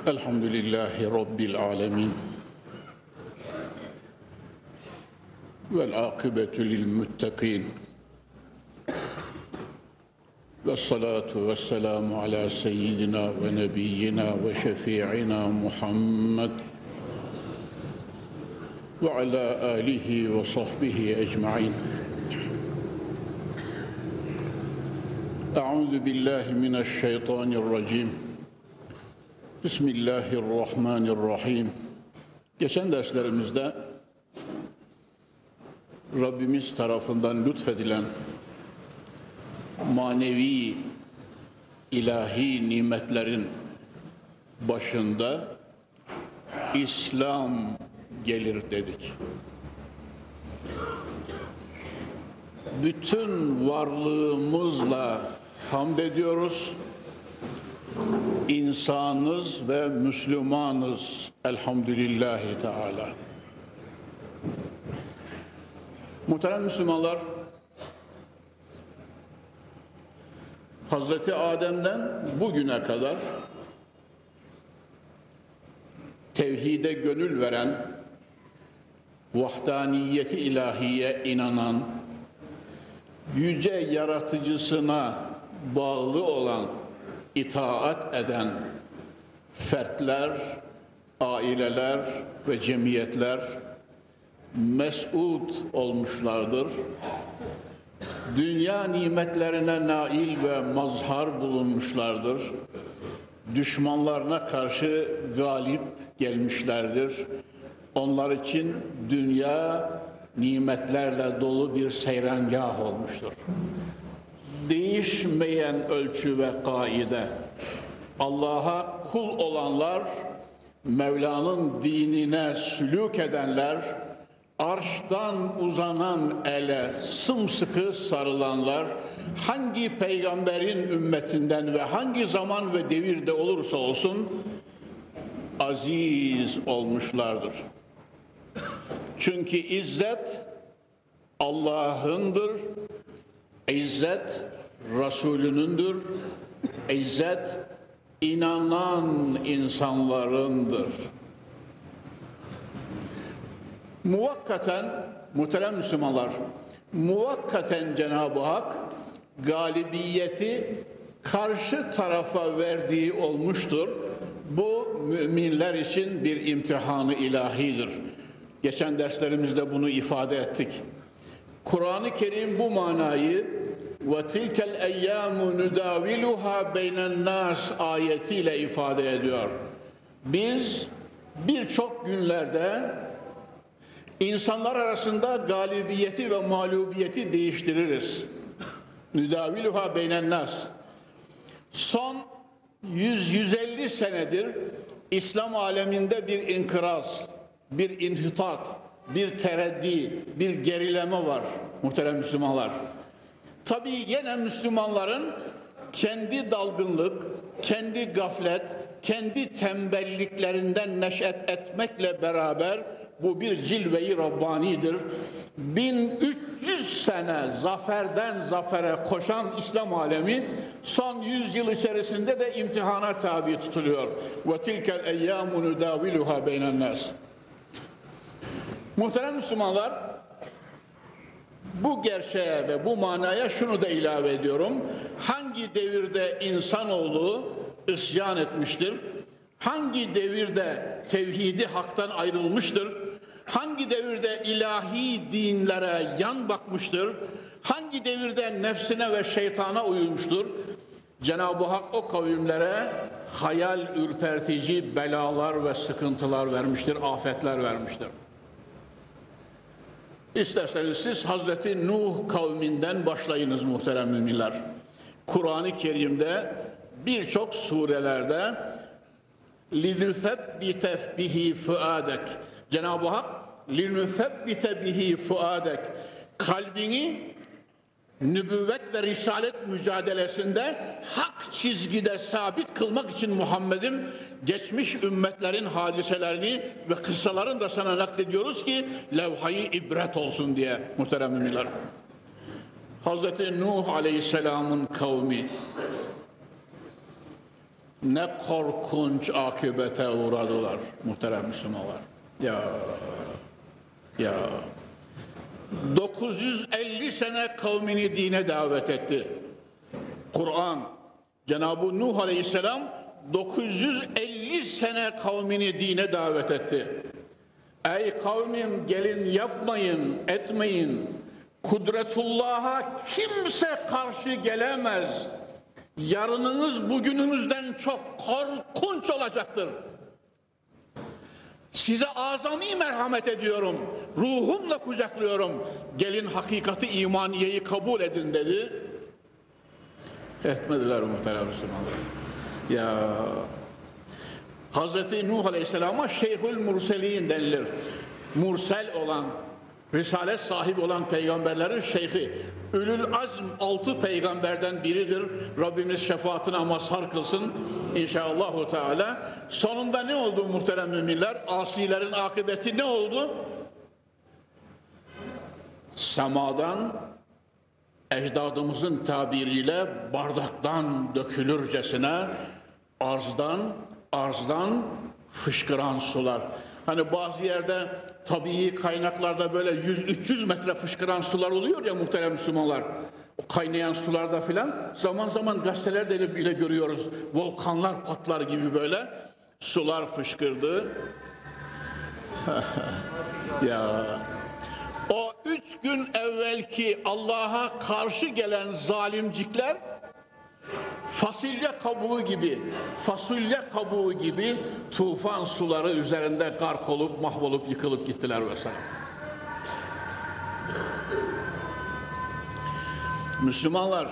Elhamdülillahi Rabbil alemin. Vel akıbetü lil muttakin. Ve salatu ve selamu ala seyyidina ve nebiyyina ve şefi'ina Muhammed ve ala alihi ve sahbihi ecma'in. Euzu billahi mineşşeytanirracim. Bismillahirrahmanirrahim. Geçen derslerimizde Rabbimiz tarafından lütfedilen manevi ilahi nimetlerin başında İslam gelir dedik. Bütün varlığımızla hamd ediyoruz. İnsanız ve Müslümanız elhamdülillahi Teala. Muhterem Müslümanlar, Hazreti Adem'den bugüne kadar tevhide gönül veren, vahdaniyeti ilahiye inanan, yüce yaratıcısına bağlı olan, itaat eden fertler, aileler ve cemiyetler mes'ud olmuşlardır. Dünya nimetlerine nail ve mazhar bulunmuşlardır. Düşmanlarına karşı galip gelmişlerdir. Onlar için dünya nimetlerle dolu bir seyrengah olmuştur. Değişmeyen ölçü ve kaide. Allah'a kul olanlar, Mevla'nın dinine sülûk edenler, arştan uzanan ele sımsıkı sarılanlar, hangi peygamberin ümmetinden ve hangi zaman ve devirde olursa olsun aziz olmuşlardır. Çünkü izzet Allah'ındır, izzet Resulünündür, izzet inanan insanlarındır. Muvakkaten, muhterem Müslümanlar, muvakkaten Cenab-ı Hak galibiyeti karşı tarafa verdiği olmuştur. Bu müminler için bir imtihanı ilahidir. Geçen derslerimizde bunu ifade ettik. Kur'an-ı Kerim bu manayı وَتِلْكَ الْاَيَّامُ نُدَاوِلُهَا بَيْنَ النَّاسِ ayetiyle ifade ediyor. Biz birçok günlerde insanlar arasında galibiyeti ve mağlubiyeti değiştiririz. نُدَاوِلُهَا بَيْنَ النَّاسِ. Son 100-150 senedir İslam aleminde bir inkıraz, bir inhitat, bir tereddi, bir gerileme var muhterem Müslümanlar. Tabii yine Müslümanların kendi dalgınlık, kendi gaflet, kendi tembelliklerinden neşet etmekle beraber bu bir cilve-i Rabbani'dir. 1300 sene zaferden zafere koşan İslam alemi son 100 yıl içerisinde de imtihana tabi tutuluyor. وَتِلْكَ الْاَيَّامُ نُدَاوِلُهَا بَيْنَ النَّاسِ. Muhterem Müslümanlar, bu gerçeğe ve bu manaya şunu da ilave ediyorum. Hangi devirde insanoğlu isyan etmiştir? Hangi devirde tevhidi haktan ayrılmıştır? Hangi devirde ilahi dinlere yan bakmıştır? Hangi devirde nefsine ve şeytana uymuştur? Cenab-ı Hak o kavimlere hayal ürpertici belalar ve sıkıntılar vermiştir, afetler vermiştir. İsterseniz siz Hazreti Nuh kavminden başlayınız muhterem müminler. Kur'an-ı Kerim'de birçok surelerde لِنُثَبِّتَ بِهِ فُؤَادَكَ Cenab-ı Hak لِنُثَبِّتَ بِهِ فُؤَادَكَ kalbini nübüvvet ve risalet mücadelesinde hak çizgide sabit kılmak için Muhammed'in geçmiş ümmetlerin hadiselerini ve kıssalarını da sana naklediyoruz ki levhayı ibret olsun diye muhterem müminler. Hazreti Nuh Aleyhisselam'ın kavmi Ne korkunç akıbete uğradılar muhterem Müslümanlar. Ya 950 sene kavmini dine davet etti. Kur'an, Cenab-ı Nuh Aleyhisselam 950 sene kavmini dine davet etti. Ey kavmim, gelin yapmayın, etmeyin. Kudretullah'a kimse karşı gelemez. Yarınınız bugününüzden çok korkunç olacaktır. Size azami merhamet ediyorum. Ruhumla kucaklıyorum. Gelin hakikati imaniyeyi kabul edin dedi. Etmediler muhterem Müslümanlar. Ya Hazreti Nuh Aleyhisselam'a Şeyhül Murselin denilir. Mursel olan, risalet sahibi olan peygamberlerin şeyhi. Ülül azm 6 peygamberden biridir. Rabbimiz şefaatine mazhar kılsın inşallahü teala. Sonunda ne oldu muhterem müminler? Asilerin akıbeti ne oldu? Semadan, ecdadımızın tabiriyle bardaktan dökülürcesine arzdan fışkıran sular. Hani bazı yerde tabii kaynaklarda böyle 100-300 metre fışkıran sular oluyor ya muhterem Müslümanlar. O kaynayan sularda filan zaman zaman gazetelerde bile görüyoruz. Volkanlar patlar gibi böyle sular fışkırdı. Ya o 3 gün evvelki Allah'a karşı gelen zalimcikler fasulye kabuğu gibi tufan suları üzerinde gark olup mahvolup yıkılıp gittiler vesaire. Müslümanlar,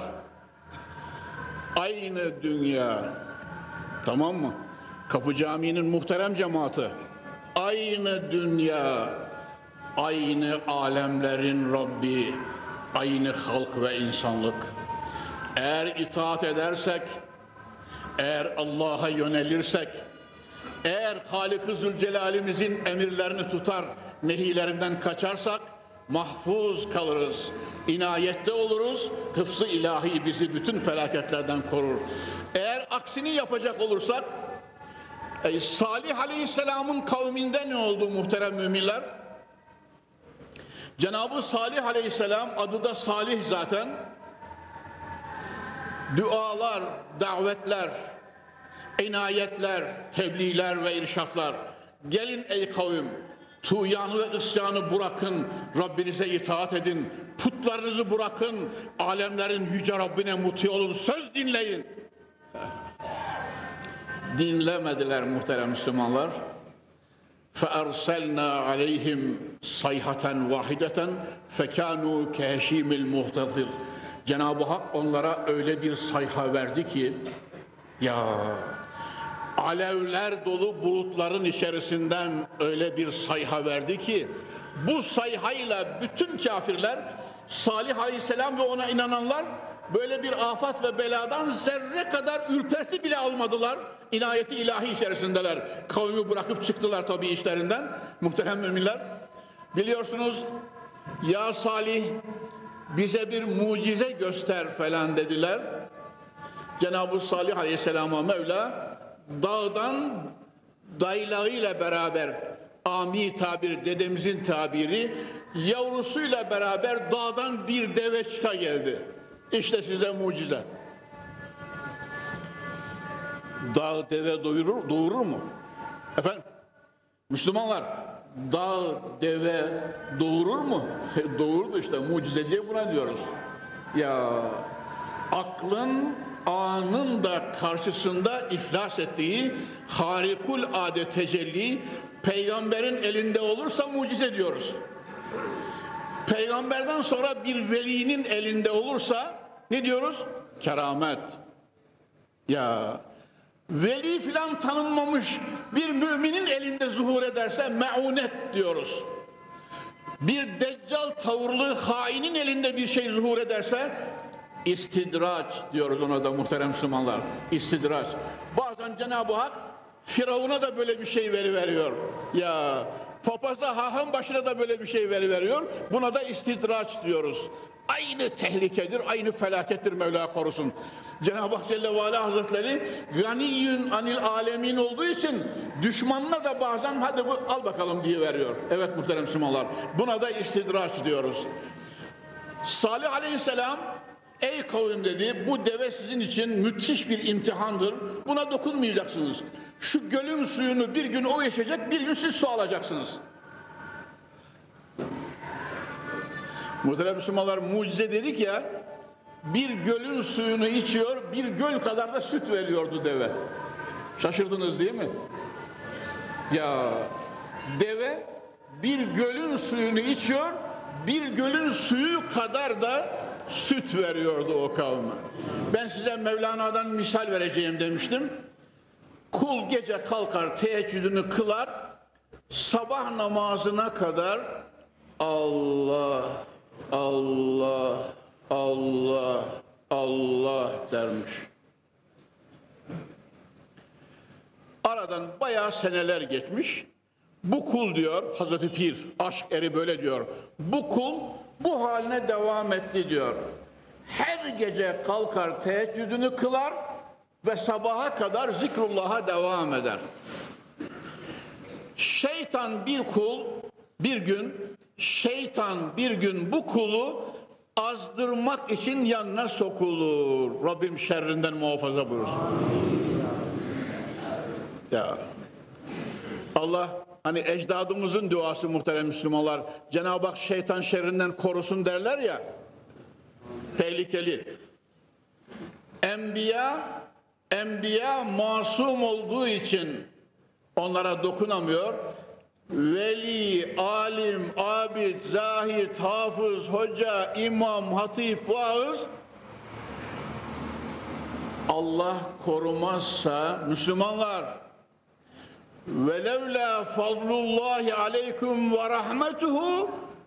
aynı dünya, tamam mı? Kapı Camii'nin muhterem cemaati, aynı dünya, aynı alemlerin Rabbi, aynı halk ve insanlık. Eğer itaat edersek, eğer Allah'a yönelirsek, eğer Halik-i Zülcelal'imizin emirlerini tutar, nehilerinden kaçarsak mahfuz kalırız, inayette oluruz, hıfz-ı ilahi bizi bütün felaketlerden korur. Eğer aksini yapacak olursak, Salih Aleyhisselam'ın kavminde ne oldu muhterem müminler? Cenab-ı Salih Aleyhisselam, adı da Salih zaten, dualar, davetler, inayetler, tebliğler ve irşatlar. Gelin ey kavim, tuğyanı ve isyanı bırakın, Rabbinize itaat edin, putlarınızı bırakın, alemlerin yüce Rabbine muti olun, söz dinleyin. Dinlemediler muhterem Müslümanlar. فَاَرْسَلْنَا عَلَيْهِمْ صَيْحَةً وَاحِدَةً فَكَانُوا كَهَشِيمِ الْمُحْتَظِرِ. Cenab-ı Hak onlara öyle bir sayha verdi ki, ya alevler dolu bulutların içerisinden öyle bir sayha verdi ki, bu sayhayla bütün kafirler, Salih Aleyhisselam ve ona inananlar böyle bir afat ve beladan zerre kadar ürperti bile almadılar. İnayeti ilahi içerisindeler. Kavmi bırakıp çıktılar tabii işlerinden. Muhterem müminler, biliyorsunuz, ya Salih bize bir mucize göster falan dediler. Cenab-ı Salih Aleyhisselam'a Mevla dağdan daylağıyla beraber, ami tabir, dedemizin tabiri, yavrusuyla beraber dağdan bir deve çıka geldi. İşte size mucize. Dağ deve doğurur mu? Efendim, Müslümanlar, dağ deve doğurur mu? Doğurdu işte, mucize diye buna diyoruz. Ya aklın anında karşısında iflas ettiği harikul ade tecelli peygamberin elinde olursa mucize diyoruz. Peygamberden sonra bir velinin elinde olursa ne diyoruz? Keramet. Ya veli filan tanınmamış bir müminin elinde zuhur ederse meunet diyoruz. Bir deccal tavırlı hainin elinde bir şey zuhur ederse istidraç diyoruz ona da muhterem Müslümanlar. İstidraç. Bazen Cenab-ı Hak Firavun'a da böyle bir şey veriyor. Ya papaza, haham başına da böyle bir şey veriyor. Buna da istidraç diyoruz. Aynı tehlikedir, aynı felakettir, Mevla korusun. Cenab-ı Hak Celle ve Ala Hazretleri ganiyyün anil alemin olduğu için düşmanına da bazen hadi bu al bakalım diye veriyor. Evet muhterem Müslümanlar, buna da istidraç diyoruz. Salih Aleyhisselam, ey kavim dedi, bu deve sizin için müthiş bir imtihandır. Buna dokunmayacaksınız. Şu gölün suyunu bir gün o içecek, bir gün siz su alacaksınız. Muhterem Müslümanlar, mucize dedik ya, bir gölün suyunu içiyor, bir göl kadar da süt veriyordu deve. Şaşırdınız değil mi? Ya deve bir gölün suyunu içiyor, bir gölün suyu kadar da süt veriyordu o kavme. Ben size Mevlana'dan misal vereceğim demiştim. Kul gece kalkar, teheccüdünü kılar, sabah namazına kadar Allah, Allah, Allah, Allah dermiş. Aradan bayağı seneler geçmiş. Bu kul diyor, Hazreti Pir, aşk eri böyle diyor. Bu kul bu haline devam etti diyor. Her gece kalkar, teheccüdünü kılar ve sabaha kadar zikrullah'a devam eder. Şeytan bir gün bu kulu azdırmak için yanına sokulur. Rabbim şerrinden muhafaza buyursun. Ya Allah, hani ecdadımızın duası muhterem Müslümanlar, Cenab-ı Hak şeytan şerrinden korusun derler ya, tehlikeli. Enbiya masum olduğu için onlara dokunamıyor. Veli, alim, abid, zahid, hafız, hoca, imam, hatip, vaaz, Allah korumazsa Müslümanlar, velevla fadlullahi aleykum ve rahmetuhu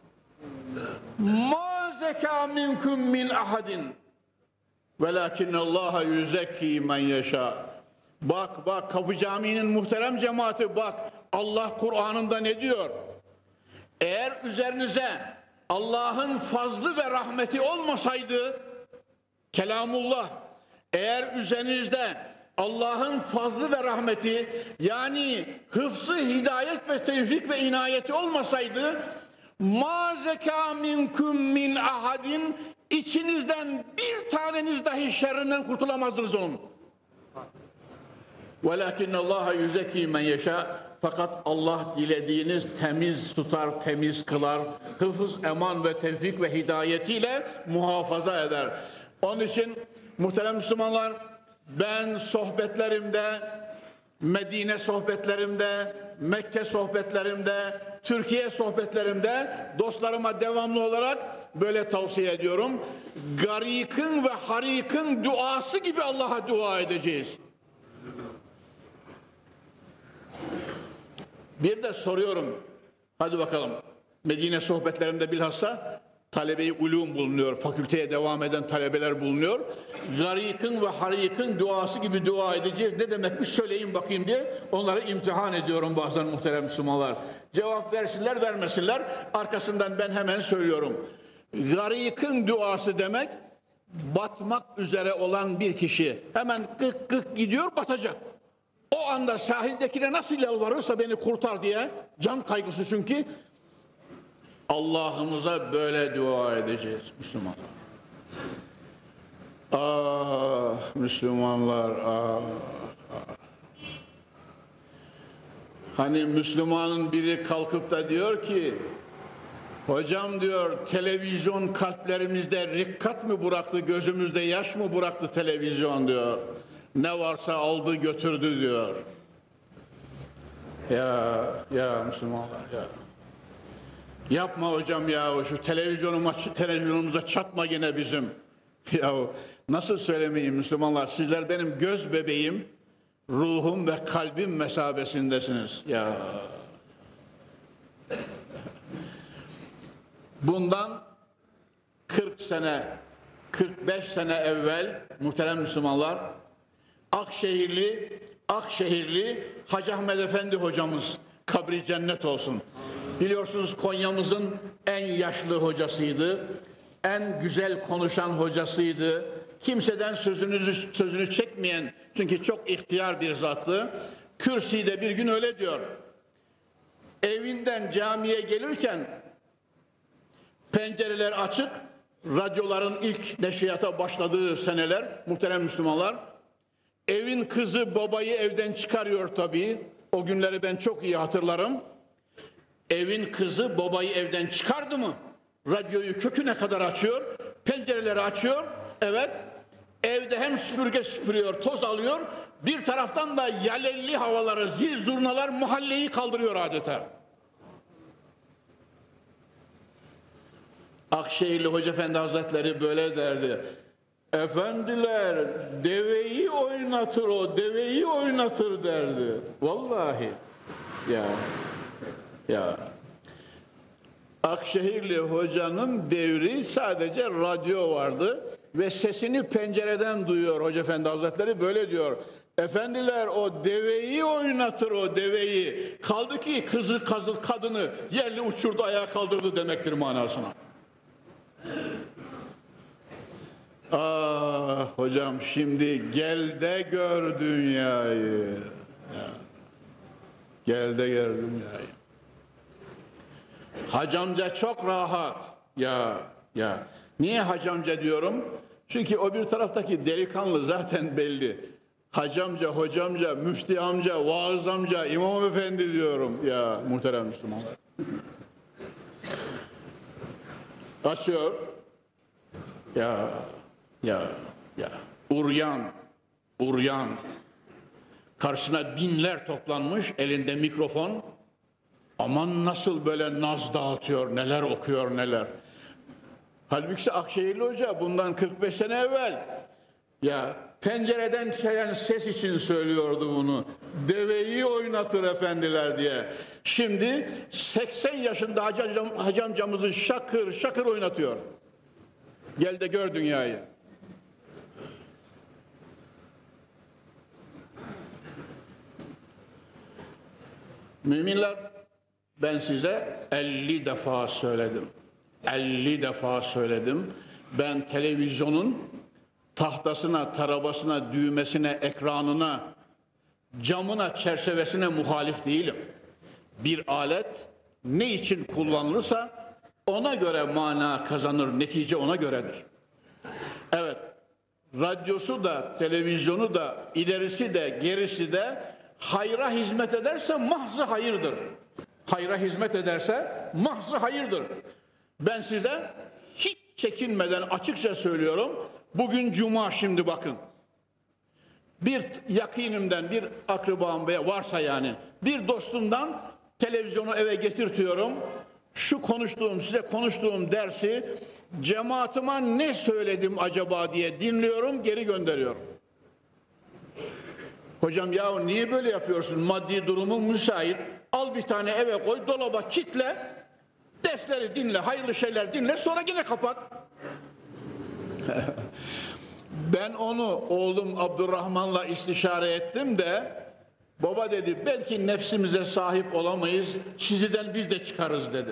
ma zeka minkum min ahadin velakinnallaha yuzekki men yeşâ. Bak Kapı Camii'nin muhterem cemaati, bak Allah Kur'an'ında ne diyor? Eğer üzerinize Allah'ın fazlı ve rahmeti olmasaydı, kelamullah, eğer üzerinizde Allah'ın fazlı ve rahmeti, yani hıfzı, hidayet ve tevfik ve inayeti olmasaydı, ma zeka minkum min ahadin, içinizden bir taneniz dahi şerrinden kurtulamazdınız onun. Velakinnallaha yuzekki men yeşâ. Fakat Allah dilediğiniz temiz tutar, temiz kılar. Hıfız, eman ve tevfik ve hidayetiyle muhafaza eder. Onun için muhterem Müslümanlar, ben sohbetlerimde, Medine sohbetlerimde, Mekke sohbetlerimde, Türkiye sohbetlerimde dostlarıma devamlı olarak böyle tavsiye ediyorum. Garik'in ve Harik'in duası gibi Allah'a dua edeceğiz. Bir de soruyorum, hadi bakalım, Medine sohbetlerinde bilhassa talebe-i ulûm bulunuyor, fakülteye devam eden talebeler bulunuyor. Garik'in ve Harik'in duası gibi dua edeceğiz. Ne demekmiş söyleyin bakayım diye onları imtihan ediyorum bazen muhterem Müslümanlar. Cevap versinler vermesinler, arkasından ben hemen söylüyorum. Garik'in duası demek, batmak üzere olan bir kişi hemen gık gık gidiyor, batacak. O anda sahildekine nasıl yalvarırsa beni kurtar diye, can kaygısı çünkü, Allah'ımıza böyle dua edeceğiz Müslümanlar. Ah Müslümanlar, ah. Hani Müslümanın biri kalkıp da diyor ki, hocam diyor, televizyon kalplerimizde rikkat mı bıraktı, gözümüzde yaş mı bıraktı televizyon diyor. Ne varsa aldı götürdü diyor. Ya Müslümanlar ya. Yapma hocam ya, şu televizyonumuza çatma yine bizim. Ya nasıl söylemeyeyim Müslümanlar, sizler benim göz bebeğim, ruhum ve kalbim mesabesindesiniz. Ya. Bundan 40 sene, 45 sene evvel muhterem Müslümanlar, Akşehirli Hacı Ahmet Efendi hocamız, kabri cennet olsun. Biliyorsunuz Konya'mızın en yaşlı hocasıydı. en güzel konuşan hocasıydı. Kimseden sözünü çekmeyen, çünkü çok ihtiyar bir zattı. Kürsüde bir gün öyle diyor. Evinden camiye gelirken pencereler açık, radyoların ilk neşriyata başladığı seneler, muhterem Müslümanlar. Evin kızı babayı evden çıkarıyor tabii. O günleri ben çok iyi hatırlarım. Evin kızı babayı evden çıkardı mı? Radyoyu köküne kadar açıyor, pencereleri açıyor. Evet, evde hem süpürge süpürüyor, toz alıyor. Bir taraftan da yalelli havaları, zil zurnalar mahalleyi kaldırıyor adeta. Akşehirli Hoca Efendi Hazretleri böyle derdi. Efendiler, deveyi oynatır o, deveyi oynatır derdi. Vallahi. Ya. Akşehirli hocanın devri sadece radyo vardı ve sesini pencereden duyuyor Hoca Efendi Hazretleri, böyle diyor. Efendiler, o deveyi oynatır o, deveyi. Kaldı ki kızı kadını yerli uçurdu, ayağa kaldırdı demektir manasına. Ah hocam, şimdi gel de gör dünyayı. Gel de gör dünyayı. Hacı amca çok rahat. Ya. Niye hacı amca diyorum? Çünkü o bir taraftaki delikanlı zaten belli. Hacı amca, hoca amca, müftü amca, vaaz amca, imam efendi diyorum. Ya muhterem Müslümanlar. Açıyor. Ya. Uryan. Karşısına binler toplanmış, elinde mikrofon. Aman nasıl böyle naz dağıtıyor, neler okuyor neler. Halbuki Akşehirli Hoca bundan 45 sene evvel pencereden gelen ses için söylüyordu bunu. Deveyi oynatır efendiler diye. Şimdi 80 yaşında hacı amcamızı şakır şakır oynatıyor. Gel de gör dünyayı. Müminler, ben size 50 defa söyledim. 50 defa söyledim. Ben televizyonun tahtasına, tarabasına, düğmesine, ekranına, camına, çerçevesine muhalif değilim. Bir alet ne için kullanılırsa ona göre mana kazanır, netice ona göredir. Evet, radyosu da, televizyonu da, ilerisi de, gerisi de hayra hizmet ederse mahzı hayırdır. Hayra hizmet ederse mahzı hayırdır. Ben size hiç çekinmeden açıkça söylüyorum. Bugün cuma, şimdi bakın. Bir yakınımdan, bir akrabam veya varsa bir dostumdan televizyonu eve getirtiyorum. Size konuştuğum dersi cemaatime ne söyledim acaba diye dinliyorum, geri gönderiyorum. Hocam niye böyle yapıyorsun? Maddi durumun müsait. Al bir tane eve koy, dolaba kitle, dersleri dinle, hayırlı şeyler dinle, sonra yine kapat. Ben onu oğlum Abdurrahman'la istişare ettim de, baba dedi, belki nefsimize sahip olamayız, çiziden biz de çıkarız dedi.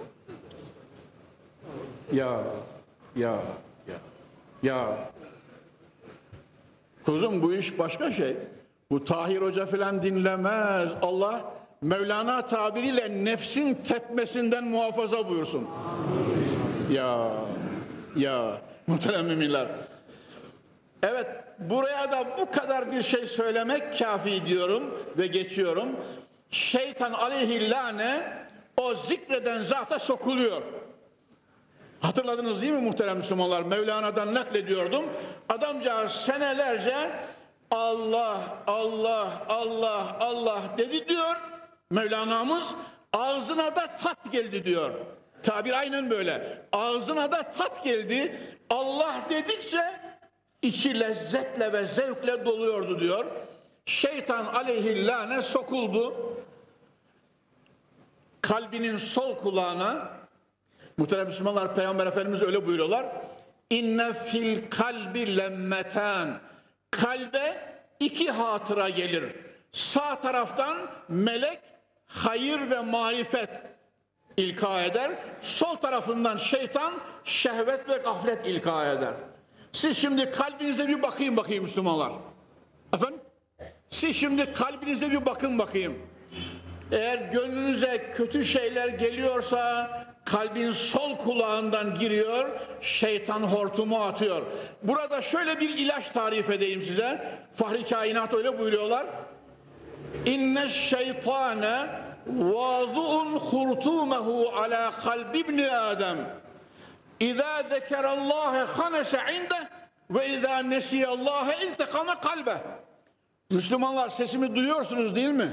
Ya. Kuzum, bu iş başka şey. Bu Tahir Hoca filan dinlemez. Allah Mevlana tabiriyle nefsin tepmesinden muhafaza buyursun. Ya muhterem müminler. Evet, buraya da bu kadar bir şey söylemek kafi diyorum ve geçiyorum. Şeytan aleyhillâne o zikreden zata sokuluyor. Hatırladınız değil mi muhterem Müslümanlar? Mevlana'dan naklediyordum. Adamcağız senelerce Allah dedi diyor. Mevlana'mız ağzına da tat geldi diyor. Tabir aynen böyle. Ağzına da tat geldi. Allah dedikçe içi lezzetle ve zevkle doluyordu diyor. Şeytan aleyhillâne sokuldu. Kalbinin sol kulağına, muhterem Müslümanlar, Peygamber Efendimiz öyle buyuruyorlar. İnne fil kalbi lemmeten. Kalbe 2 hatıra gelir. Sağ taraftan melek, hayır ve marifet. ilka eder. Sol tarafından şeytan şehvet ve gaflet ilka eder. Siz şimdi kalbinize bir bakayım Müslümanlar. Efendim? Siz şimdi kalbinize bir bakayım. Eğer gönlünüze kötü şeyler geliyorsa kalbin sol kulağından giriyor, şeytan hortumu atıyor. Burada şöyle bir ilaç tarif edeyim size. Fahri Kainat öyle buyuruyorlar. İnne şeytane vâzu'un hurtumehu ala kalbi ibni Adem. İzâ zekerallâhe hanese indeh ve izâ nesiyallâhe iltekame kalbe. Müslümanlar, sesimi duyuyorsunuz değil mi?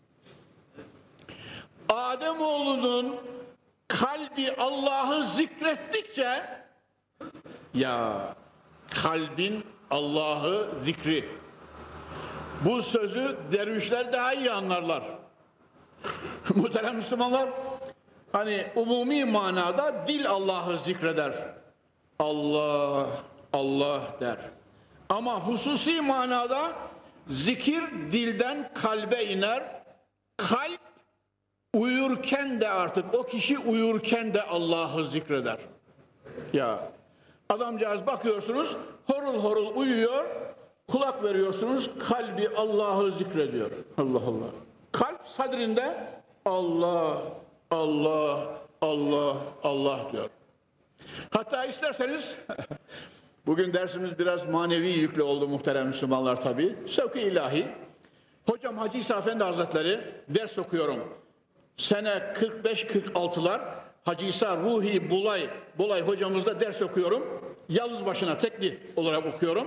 Ademoğlunun kalbi Allah'ı zikrettikçe, ya kalbin Allah'ı zikri, bu sözü dervişler daha iyi anlarlar. Muhterem Müslümanlar, hani umumi manada dil Allah'ı zikreder. Allah, Allah der. Ama hususi manada zikir dilden kalbe iner. Kalp uyurken de, artık o kişi uyurken de Allah'ı zikreder. Ya adamcağız bakıyorsunuz horul horul uyuyor, kulak veriyorsunuz, kalbi Allah'ı zikrediyor. Allah Allah. Kalp sadrinde Allah, Allah, Allah, Allah diyor. Hatta isterseniz bugün dersimiz biraz manevi yüklü oldu muhterem Müslümanlar tabii. Şevk-i ilahi. Hocam Hacı İsa Efendi Hazretleri ders okuyorum. Sene 45-46'lar Hacı İsa Ruhi Bulay hocamızda ders okuyorum. Yalnız başına tekli olarak okuyorum.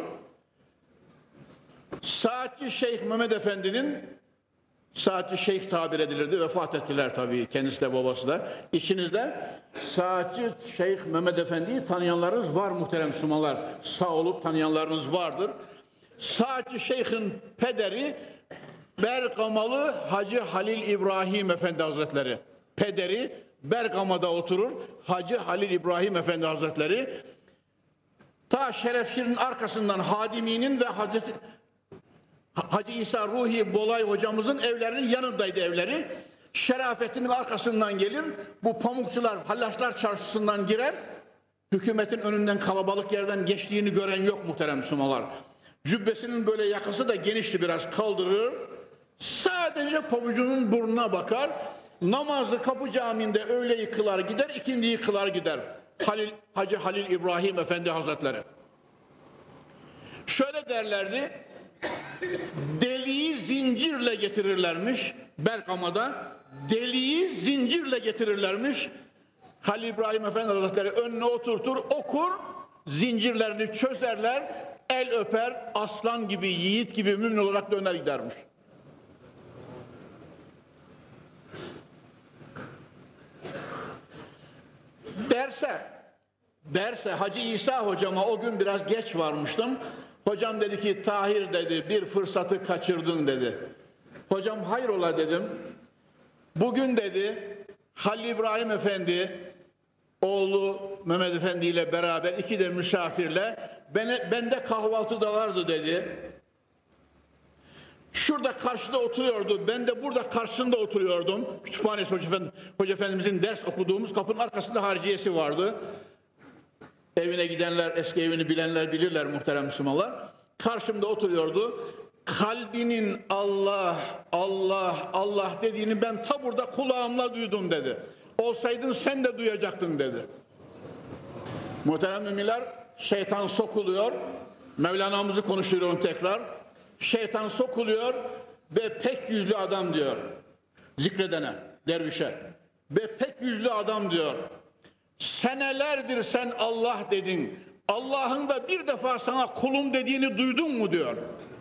Saatçi Şeyh Mehmet Efendi'nin, Saatçi Şeyh tabir edilirdi, vefat ettiler tabii, kendisi de babası da. İçinizde Saatçi Şeyh Mehmet Efendi'yi tanıyanlarınız var muhterem Müslümanlar. Sağ olup tanıyanlarınız vardır. Saatçi Şeyh'in pederi Bergamalı Hacı Halil İbrahim Efendi Hazretleri. Pederi Bergama'da oturur. Hacı Halil İbrahim Efendi Hazretleri. Ta Şerefşir'in arkasından Hadimi'nin ve Hacı İsa Ruhi Bolay hocamızın evlerinin yanındaydı evleri. Şerafettin'in arkasından gelir. Bu pamukçular, Hallaçlar Çarşısı'ndan girer. Hükümetin önünden, kalabalık yerden geçtiğini gören yok muhterem Müslümanlar. Cübbesinin böyle yakası da genişti, biraz kaldırır. Sadece pabucunun burnuna bakar. Namazı Kapı Camii'nde öğleyi kılar gider, ikindiyi kılar gider. Hacı Halil İbrahim Efendi Hazretleri. Şöyle derlerdi. Deliği zincirle getirirlermiş Bergama'da. Deliği zincirle getirirlermiş. Halil İbrahim Efendi Hazretleri önüne oturtur, okur, zincirlerini çözerler, el öper, aslan gibi, yiğit gibi mümin olarak döner gidermiş. Derse Hacı İsa hocama o gün biraz geç varmıştım. Hocam dedi ki, Tahir dedi, bir fırsatı kaçırdın dedi. Hocam hayrola dedim. Bugün dedi Halil İbrahim Efendi oğlu Mehmet Efendi ile beraber, iki de misafirle bende kahvaltıdalardı dedi. Şurada karşıda oturuyordu. Ben de burada karşısında oturuyordum. Kütüphanesi Hoca Efendimizin ders okuduğumuz kapının arkasında hariciyesi vardı. Evine gidenler, eski evini bilenler bilirler muhterem Müslümanlar. Karşımda oturuyordu. Kalbinin Allah, Allah, Allah dediğini ben ta burada kulağımla duydum dedi. Olsaydın sen de duyacaktın dedi. Muhterem müminler, şeytan sokuluyor. Mevlana'mızı konuşturuyorum tekrar. Şeytan sokuluyor ve pek yüzlü adam diyor. Zikredene, dervişe. Ve pek yüzlü adam diyor. Senelerdir sen Allah dedin. Allah'ın da bir defa sana kulum dediğini duydun mu diyor.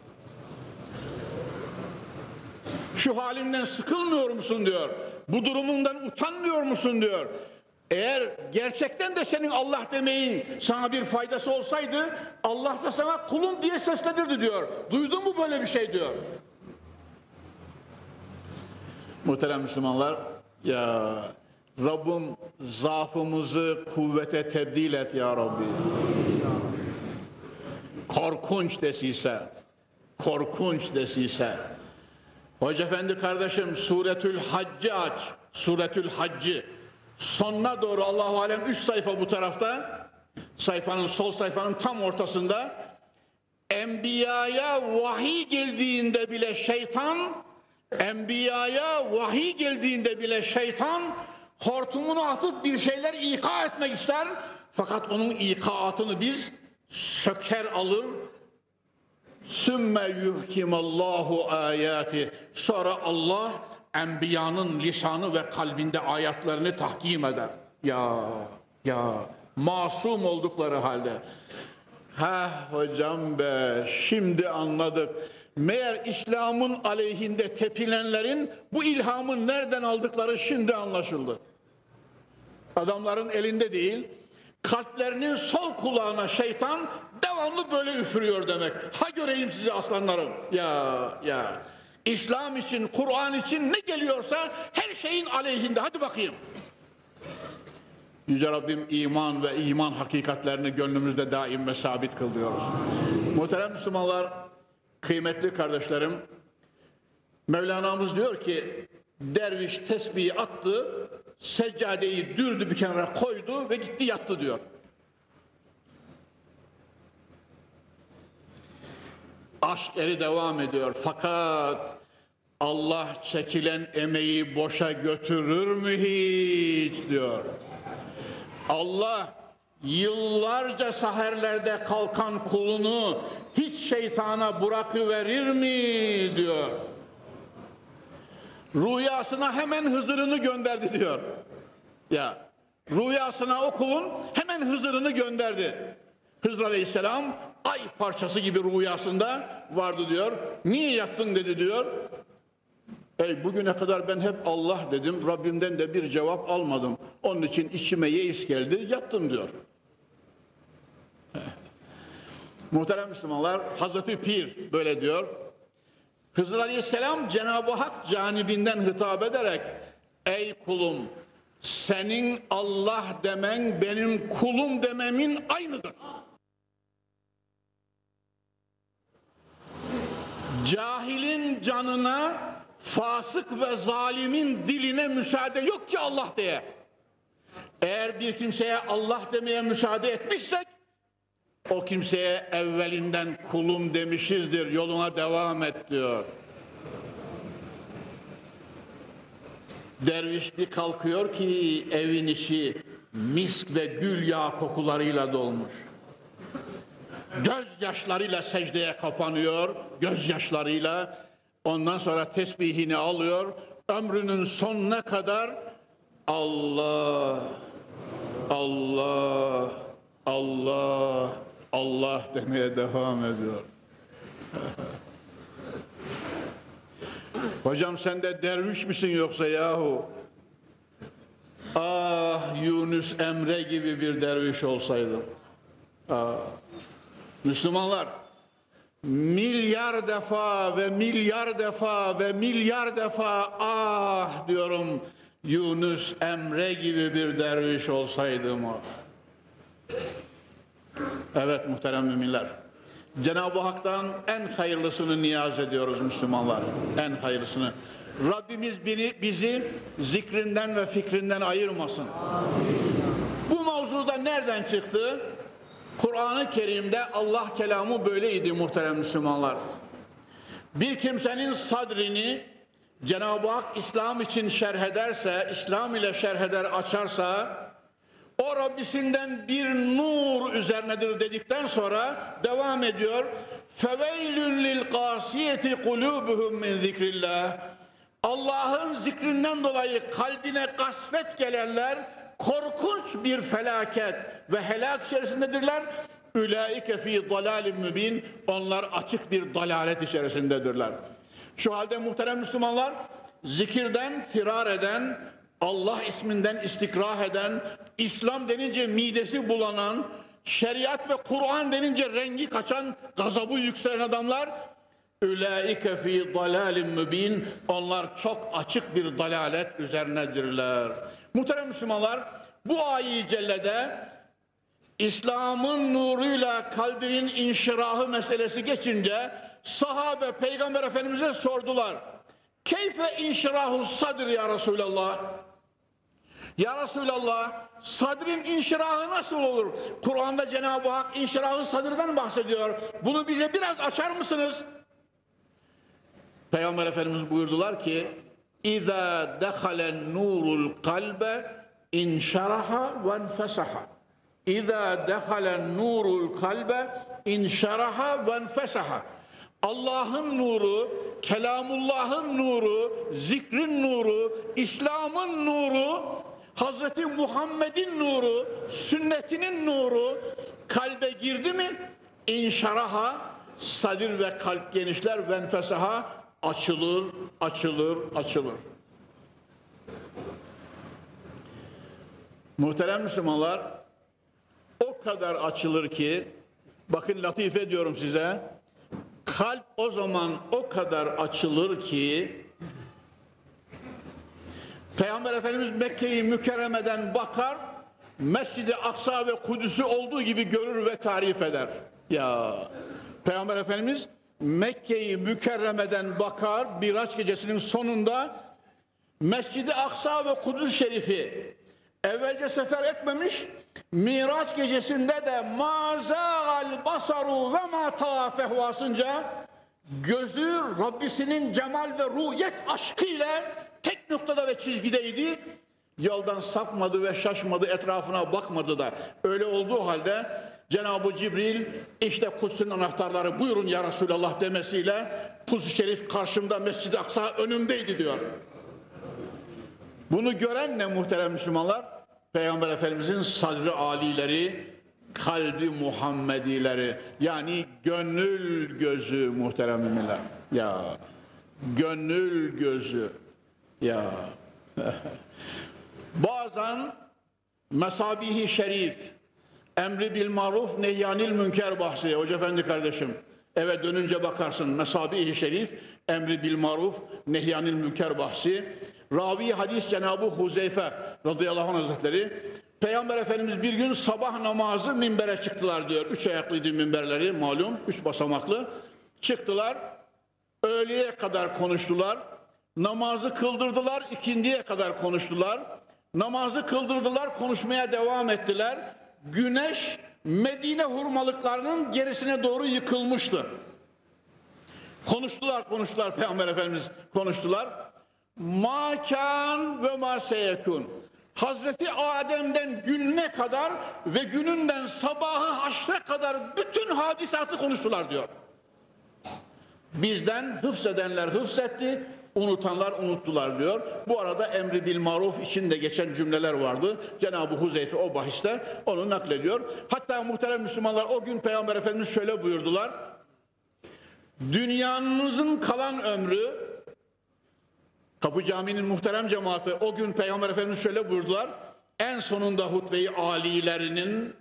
Şu halinden sıkılmıyor musun diyor. Bu durumundan utanmıyor musun diyor. Eğer gerçekten de senin Allah demeyin sana bir faydası olsaydı Allah da sana kulum diye seslenirdi diyor. Duydun mu böyle bir şey diyor. Muhterem Müslümanlar, ya Rabbim zaafımızı kuvvete tebdil et ya Rabbi. Korkunç desiyse, korkunç desiyse. Hoca Efendi kardeşim Suretül Hacc'ı aç. Suretül Hacc'ı. sonuna doğru Allahu alem 3 sayfa bu tarafta, sayfanın sol sayfanın tam ortasında, Enbiya'ya vahiy geldiğinde bile şeytan hortumunu atıp bir şeyler ika etmek ister. Fakat onun ikaatını biz söker alır. Sümme yuhkimallahu ayati. Sonra Allah Enbiya'nın lisanı ve kalbinde ayetlerini tahkim eder. Ya masum oldukları halde. Ha hocam be, şimdi anladık. Meğer İslam'ın aleyhinde tepinenlerin bu ilhamı nereden aldıkları şimdi anlaşıldı. Adamların elinde değil, kalplerinin sol kulağına şeytan devamlı böyle üfürüyor demek. Ha göreyim sizi aslanlarım. Ya. İslam için, Kur'an için ne geliyorsa her şeyin aleyhinde. Hadi bakayım. Yüce Rabbim iman ve iman hakikatlerini gönlümüzde daim ve sabit kıl diyoruz. Muhterem Müslümanlar, kıymetli kardeşlerim, Mevlana'mız diyor ki, derviş tesbihi attı, seccadeyi dürdü bir kenara koydu ve gitti yattı diyor. Aşk eri devam ediyor. Fakat Allah çekilen emeği boşa götürür mü hiç diyor. Allah yıllarca seherlerde kalkan kulunu hiç şeytana bırakıverir mi diyor. Rüyasına hemen Hızır'ını gönderdi diyor. Ya rüyasına o kulun hemen Hızır'ını gönderdi. Hızır Aleyhisselam ay parçası gibi rüyasında vardı diyor. Niye yattın dedi diyor. Bugüne kadar ben hep Allah dedim. Rabbimden de bir cevap almadım. Onun için içime yeis geldi. Yattım diyor. Muhterem Müslümanlar, Hazreti Pir böyle diyor. Hızır Aleyhisselam Cenab-ı Hak canibinden hitap ederek, ey kulum, senin Allah demen benim kulum dememin aynıdır. Cahilin canına, fasık ve zalimin diline müsaade yok ki Allah diye. Eğer bir kimseye Allah demeye müsaade etmişsek, o kimseye evvelinden kulum demişizdir, yoluna devam et diyor. Derviş bir kalkıyor ki evin içi misk ve gül yağı kokularıyla dolmuş. Gözyaşlarıyla secdeye kapanıyor, gözyaşlarıyla. Ondan sonra tesbihini alıyor, ömrünün sonuna kadar Allah, Allah, Allah, Allah demeye devam ediyor. Hocam sen de derviş misin yoksa yahu? Ah Yunus Emre gibi bir derviş olsaydım. Müslümanlar, milyar defa ve milyar defa ve milyar defa ah diyorum, Yunus Emre gibi bir derviş olsaydım o. Evet muhterem müminler, Cenab-ı Hak'tan en hayırlısını niyaz ediyoruz Müslümanlar, en hayırlısını. Rabbimiz bizi zikrinden ve fikrinden ayırmasın. Bu mevzuda nereden çıktı? Kur'an-ı Kerim'de Allah kelamı böyleydi muhterem Müslümanlar. Bir kimsenin sadrini Cenab-ı Hak İslam için şerh ederse, İslam ile şerh eder açarsa, o Rabbisinden bir nur üzerinedir dedikten sonra devam ediyor. فَوَيْلٌ لِلْقَاسِيَةِ قُلُوبُهُمْ مِنْ ذِكْرِ اللّٰهِ Allah'ın zikrinden dolayı kalbine kasvet gelenler korkunç bir felaket ve helak içerisindedirler. Ülaike fî dalâlim mübin. Onlar açık bir dalalet içerisindedirler. Şu halde muhterem Müslümanlar, zikirden firar eden, Allah isminden istikrah eden, İslam denince midesi bulanan, şeriat ve Kur'an denince rengi kaçan, gazabı yükselen adamlar, ülaike fî dalâlim mübin. Onlar çok açık bir dalalet üzerinedirler. Muhterem Müslümanlar, bu ayet-i cellede İslam'ın nuruyla kalbinin inşirahı meselesi geçince sahabe Peygamber Efendimiz'e sordular. Keyfe inşirahu sadr ya Resulallah? Ya Resulallah, sadrin inşirahı nasıl olur? Kur'an'da Cenab-ı Hak inşirahı sadırdan bahsediyor. Bunu bize biraz açar mısınız? Peygamber Efendimiz buyurdular ki İzâ dehalen nurul kalbe inşaraha ve enfesaha. İzâ dehalen nurul kalbe inşaraha ve enfesaha. Allah'ın nuru, Kelamullah'ın nuru, zikrin nuru, İslam'ın nuru, Hazreti Muhammed'in nuru, sünnetinin nuru kalbe girdi mi? İnşaraha, sadir ve kalp genişler ve enfesaha, açılır, açılır, açılır. Muhterem Müslümanlar, o kadar açılır ki, bakın latife diyorum size, kalp o zaman o kadar açılır ki, Peygamber Efendimiz Mekke'yi Mükerreme'den bakar, Mescid-i Aksa ve Kudüs'ü olduğu gibi görür ve tarif eder. Ya, Peygamber Efendimiz Mekke'yi Mükerreme'den bakar, Miraç gecesinin sonunda Mescid-i Aksa ve Kudüs Şerifi evvelce sefer etmemiş, Miraç gecesinde de mazâgal basaru ve mâ tâfehvasınca gözü Rabbisinin cemal ve ruhiyet aşkı ile tek noktada ve çizgideydi. Yoldan sapmadı ve şaşmadı, etrafına bakmadı da. Öyle olduğu halde Cenab-ı Cibril işte Kuds'un anahtarları buyurun ya Resulallah demesiyle Kuds-ı Şerif karşımda, Mescid-i Aksa önümdeydi diyor. Bunu gören ne muhterem Müslümanlar? Peygamber Efendimizin sadri alileri, kalbi Muhammedileri, yani gönül gözü muhterem müminler. Ya gönül gözü. Ya bazen Mesabih-i Şerif, emri bil maruf nehyanil münker bahsi. Hoca efendi kardeşim, eve dönünce bakarsın Mesabih-i Şerif, emri bil maruf nehyanil münker bahsi. Ravi hadis Cenab-ı Huzeyfe radıyallahu anh hazretleri, Peygamber Efendimiz bir gün sabah namazı minbere çıktılar diyor. 3 ayaklıydı minberleri malum, 3 basamaklı. Çıktılar, öğleye kadar konuştular. Namazı kıldırdılar, ikindiye kadar konuştular. Namazı kıldırdılar, konuşmaya devam ettiler. Güneş Medine hurmalıklarının gerisine doğru yıkılmıştı. Konuştular Peygamber Efendimiz konuştular. Ma kân ve ma seyekûn. Hazreti Adem'den gününe kadar ve gününden sabahı haşre kadar bütün hadisatı konuştular diyor. Bizden hıfzedenler hıfzetti, unutanlar unuttular diyor. Bu arada emri bil maruf içinde geçen cümleler vardı. Cenab-ı Huzeyfe o bahiste onu naklediyor. Hatta muhterem Müslümanlar o gün Peygamber Efendimiz şöyle buyurdular. Dünyanızın kalan ömrü, Kapı Camii'nin muhterem cemaati o gün Peygamber Efendimiz şöyle buyurdular. En sonunda hutbe-i âlilerinin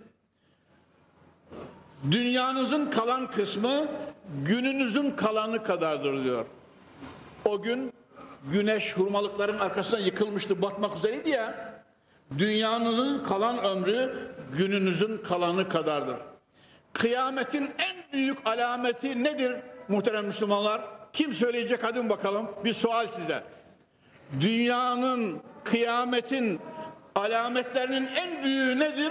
dünyanızın kalan kısmı gününüzün kalanı kadardır diyor. O gün güneş hurmalıkların arkasına yıkılmıştı, batmak üzereydi ya. Dünyanızın kalan ömrü gününüzün kalanı kadardır. Kıyametin en büyük alameti nedir muhterem Müslümanlar? Kim söyleyecek, hadi bakalım, bir sual size. Dünyanın, kıyametin alametlerinin en büyüğü nedir?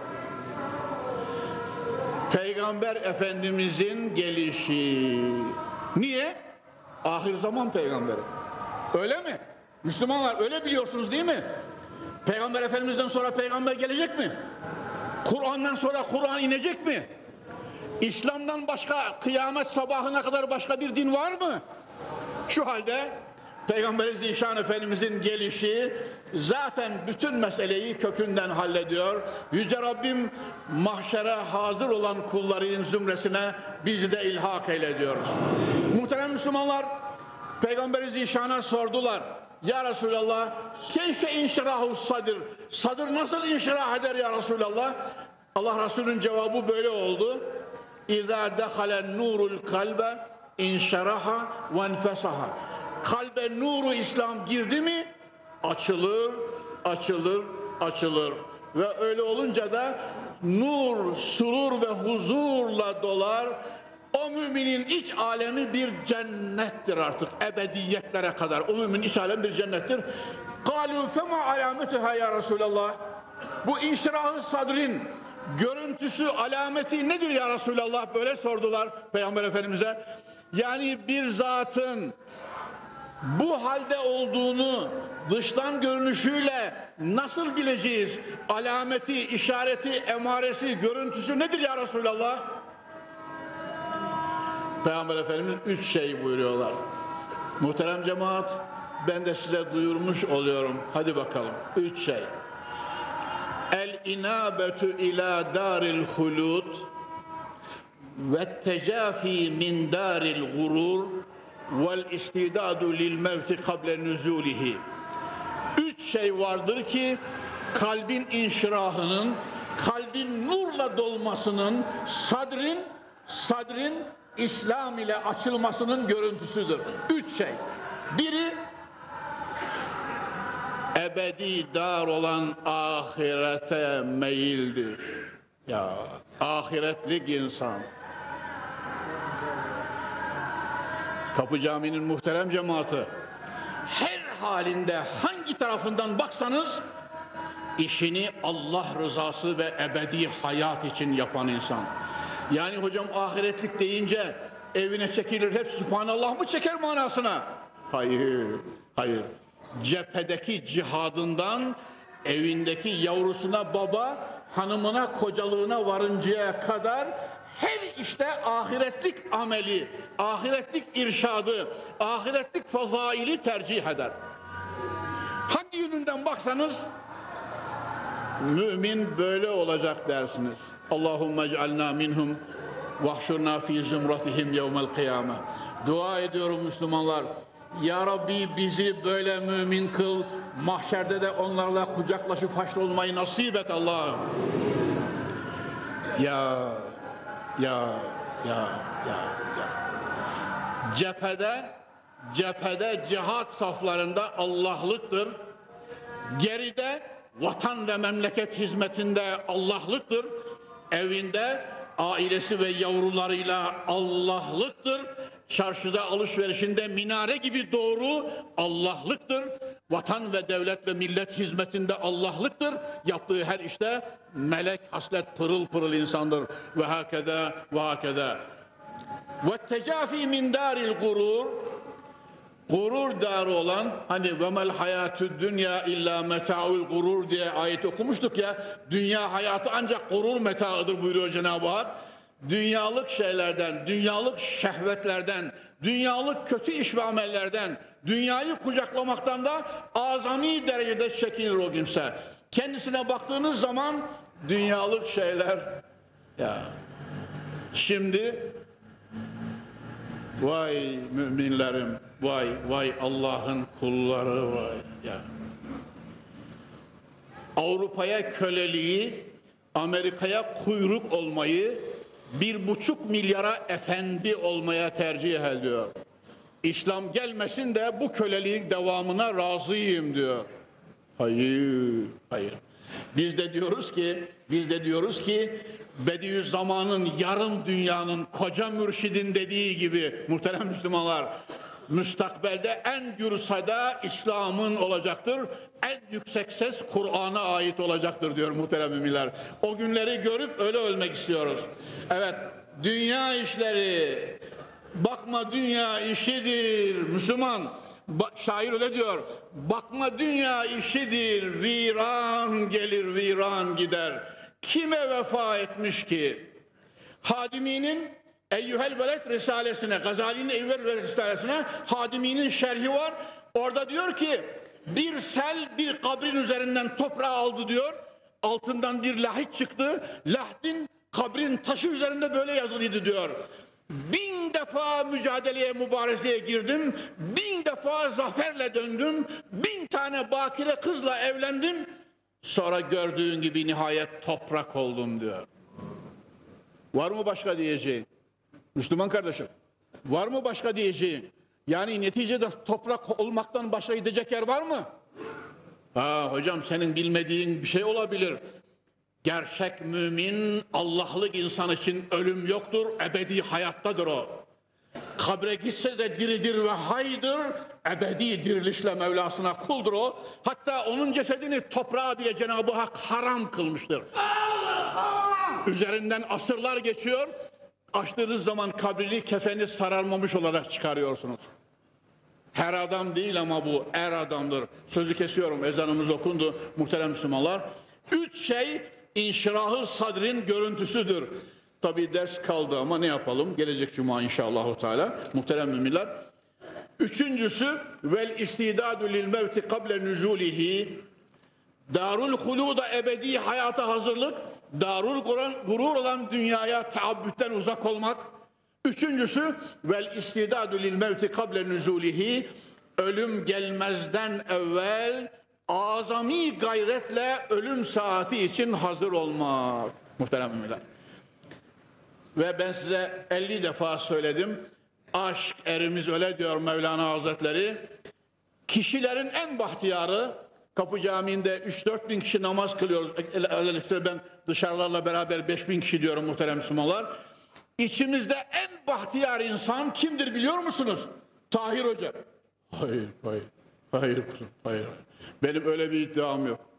Peygamber Efendimizin gelişi. Niye? Ahir zaman peygamberi. Öyle mi? Müslümanlar öyle biliyorsunuz değil mi? Peygamber Efendimiz'den sonra peygamber gelecek mi? Kur'an'dan sonra Kur'an inecek mi? İslam'dan başka kıyamet sabahına kadar başka bir din var mı? Şu halde Peygamber-i Zişan Efendimizin gelişi zaten bütün meseleyi kökünden hallediyor. Yüce Rabbim mahşere hazır olan kullarının zümresine bizi de ilhak eyle diyoruz. Muhterem Müslümanlar, Peygamber-i Zişan'a sordular. Ya Resulallah, keyfe inşirahu sadır? Sadır nasıl inşirah eder ya Resulallah? Allah Resulü'nün cevabı böyle oldu. İzâ dehalen nurul kalbe inşiraha ve enfesaha. Kalbe nuru İslam girdi mi açılır, açılır, açılır. Ve öyle olunca da nur, surur ve huzurla dolar. O müminin iç alemi bir cennettir artık ebediyetlere kadar. O müminin iç alemi bir cennettir. قَالُوا فَمَا عَلَامَتُهَا ya Resulallah? Bu inşirah-ı sadrin görüntüsü, alameti nedir ya Resulallah? Böyle sordular Peygamber Efendimiz'e. Yani bir zatın bu halde olduğunu dıştan görünüşüyle nasıl bileceğiz? Alameti, işareti, emaresi, görüntüsü nedir ya Resulallah? Peygamber Efendimiz 3 şey buyuruyorlar. Muhterem cemaat, ben de size duyurmuş oluyorum. Hadi bakalım. 3 şey. El-inabetu ila daril hulud ve tecafi min daril gurur vel istidadu lil mevti kable nüzulihi. 3 şey vardır ki kalbin inşirahının, kalbin nurla dolmasının, sadrin İslam ile açılmasının görüntüsüdür. 3 şey. Biri ebedi dar olan ahirete meyildir. Ya ahiretlik insan. Kapı Camii'nin muhterem cemaati, her halinde hangi tarafından baksanız işini Allah rızası ve ebedi hayat için yapan insan. Yani hocam ahiretlik deyince evine çekilir hep Sübhanallah mı çeker manasına? Hayır, hayır. Cephedeki cihadından evindeki yavrusuna baba, hanımına kocalığına varıncaya kadar her işte ahiretlik ameli, ahiretlik irşadı, ahiretlik fazaili tercih eder. Hangi yönünden baksanız mümin böyle olacak dersiniz. Allahümme ec'alna minhum vahşurna fi zümratihim yevmel kıyame. Dua ediyorum Müslümanlar. Ya Rabbi bizi böyle mümin kıl, mahşerde de onlarla kucaklaşıp haşrolmayı nasip et Allah'ım. Ya. Cephede cihat saflarında Allah'lıktır. Geride vatan ve memleket hizmetinde Allah'lıktır. Evinde ailesi ve yavrularıyla Allah'lıktır. Çarşıda alışverişinde minare gibi doğru Allah'lıktır. Vatan ve devlet ve millet hizmetinde Allah'lıktır. Yaptığı her işte melek haslet pırıl pırıl insandır. Ve hakeza ve hakeza. Ve tecafi min daril gurur. Gurur darı olan, hani vemel hayatü dünya illa meta'ul gurur diye ayet okumuştuk ya, dünya hayatı ancak gurur meta'ıdır buyuruyor Cenab-ı Hak. Dünyalık şeylerden, dünyalık şehvetlerden, dünyalık kötü iş ve amellerden, dünyayı kucaklamaktan da azami derecede çekinir o kimse. Kendisine baktığınız zaman dünyalık şeyler, ya şimdi vay müminlerim, vay Allah'ın kulları, vay ya. Avrupa'ya köleliği, Amerika'ya kuyruk olmayı, 1,5 milyara efendi olmaya tercih ediyor. İslam gelmesin de bu köleliğin devamına razıyım diyor. Hayır. Biz de diyoruz ki Bediüzzaman'ın yarım dünyanın koca mürşidin dediği gibi muhterem Müslümanlar, müstakbelde en gür sada İslam'ın olacaktır. En yüksek ses Kur'an'a ait olacaktır diyor muhterem müminler. O günleri görüp öyle ölmek istiyoruz. Evet, dünya işleri, bakma dünya işidir Müslüman. Şair öyle diyor. Bakma dünya işidir, viran gelir, viran gider. Kime vefa etmiş ki? Hadimi'nin Eyyuhel Veled Risalesine, Gazali'nin Eyyuhel Veled Risalesine Hadimi'nin şerhi var. Orada diyor ki bir sel bir kabrin üzerinden toprağı aldı diyor. Altından bir lahit çıktı. Lahdin kabrin taşı üzerinde böyle yazılıydı diyor. 1000 defa mücadeleye, mübareseye girdim. 1000 defa zaferle döndüm. 1000 tane bakire kızla evlendim. Sonra gördüğün gibi nihayet toprak oldum diyor. Var mı başka diyeceğin? Müslüman kardeşim, var mı başka diyeceğin? Yani neticede toprak olmaktan başka gidecek yer var mı? Hocam senin bilmediğin bir şey olabilir. Gerçek mümin, Allah'lık insan için ölüm yoktur, ebedi hayattadır o. Kabre gitse de diridir ve haydır. Ebedi dirilişle Mevlasına kuldur o. Hatta onun cesedini toprağa bile Cenab-ı Hak haram kılmıştır. Üzerinden asırlar geçiyor. Açtığınız zaman kabrini, kefeni sararmamış olarak çıkarıyorsunuz. Her adam değil ama bu er adamdır. Sözü kesiyorum, ezanımız okundu muhterem Müslümanlar. 3 şey inşirahı sadrin görüntüsüdür. Tabi ders kaldı ama ne yapalım? Gelecek cuma inşallahu teala muhterem müminler. Üçüncüsü vel istidadu lil mevti kable nüzulihi. Darul huluda ebedi hayata hazırlık. Darul gurur olan dünyaya taabbütten uzak olmak. Üçüncüsü vel istidadu lil mevti kable nüzulihi. Ölüm gelmezden evvel azami gayretle ölüm saati için hazır olmak. Muhterem müminler. Ve ben size 50 defa söyledim. Aşk erimiz öyle diyor Mevlana Hazretleri. Kişilerin en bahtiyarı, Kapı Camii'nde 3-4 bin kişi namaz kılıyoruz. Ben dışarılarla beraber 5 bin kişi diyorum muhterem Müslümanlar. İçimizde en bahtiyar insan kimdir biliyor musunuz? Tahir Hoca. Hayır. Benim öyle bir iddiam yok.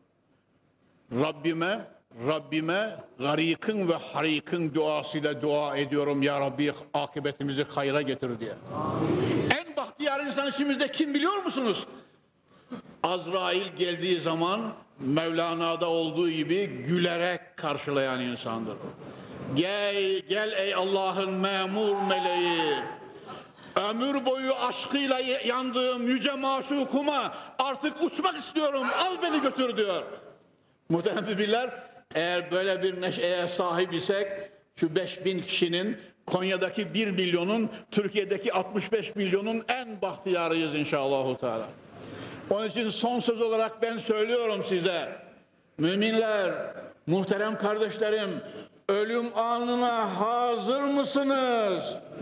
Rabbime garikın ve harikın duasıyla dua ediyorum ya Rabbi akıbetimizi hayra getir diye. En bahtiyar insan içimizde kim biliyor musunuz? Azrail geldiği zaman Mevlana'da olduğu gibi gülerek karşılayan insandır. Gel ey Allah'ın memur meleği. Ömür boyu aşkıyla yandığım yüce maşukuma artık uçmak istiyorum. Al beni götür diyor. Muhterem müminler, eğer böyle bir neşeye sahip isek şu 5000 kişinin Konya'daki 1 milyonun Türkiye'deki 65 milyonun en bahtiyarıyız inşallah Teala. Onun için son söz olarak ben söylüyorum size. Müminler, muhterem kardeşlerim, ölüm anına hazır mısınız?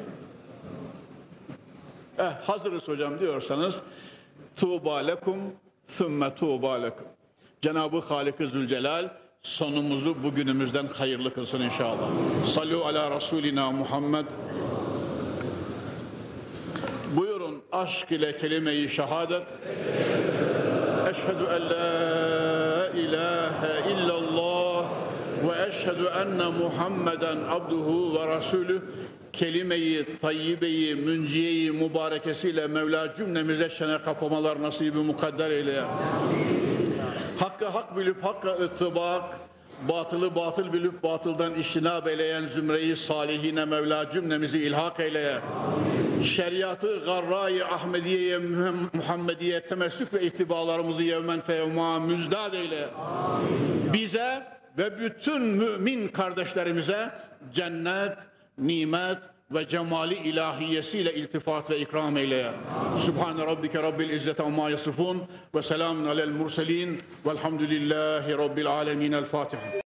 Hazırız hocam diyorsanız tuğba lekum thumme tuğba lekum. Cenab-ı Halik-i Zülcelal sonumuzu bugünümüzden hayırlı kılsın inşallah. Sallu ala Resulina Muhammed. Buyurun aşk ile kelime-i şehadet. Eşhedü en la ilahe illallah ve eşhedü enne Muhammeden abduhu ve rasulü. Kelime-i tayyibe-i münciye-i mübarekesiyle Mevla cümlemize şene kapamalar nasibi mukadder eyle. Hakkı hak bilip hakka ıttibak, batılı batıl bilip batıldan iştinab eyleyen zümreyi salihine Mevla cümlemizi ilhak eyleye. Şeriatı garra-i Ahmediye-i Muhammediye temessük ve ihtibalarımızı yevmen feyevma müzdad eyle. Bize ve bütün mümin kardeşlerimize cennet, nimet ve cemali ilahiyesiyle iltifat ve ikram eyle. Sübhane rabbike rabbil izzeti amma yasifun ve selamun alel murselin velhamdülillahi rabbil alemin. El Fatiha.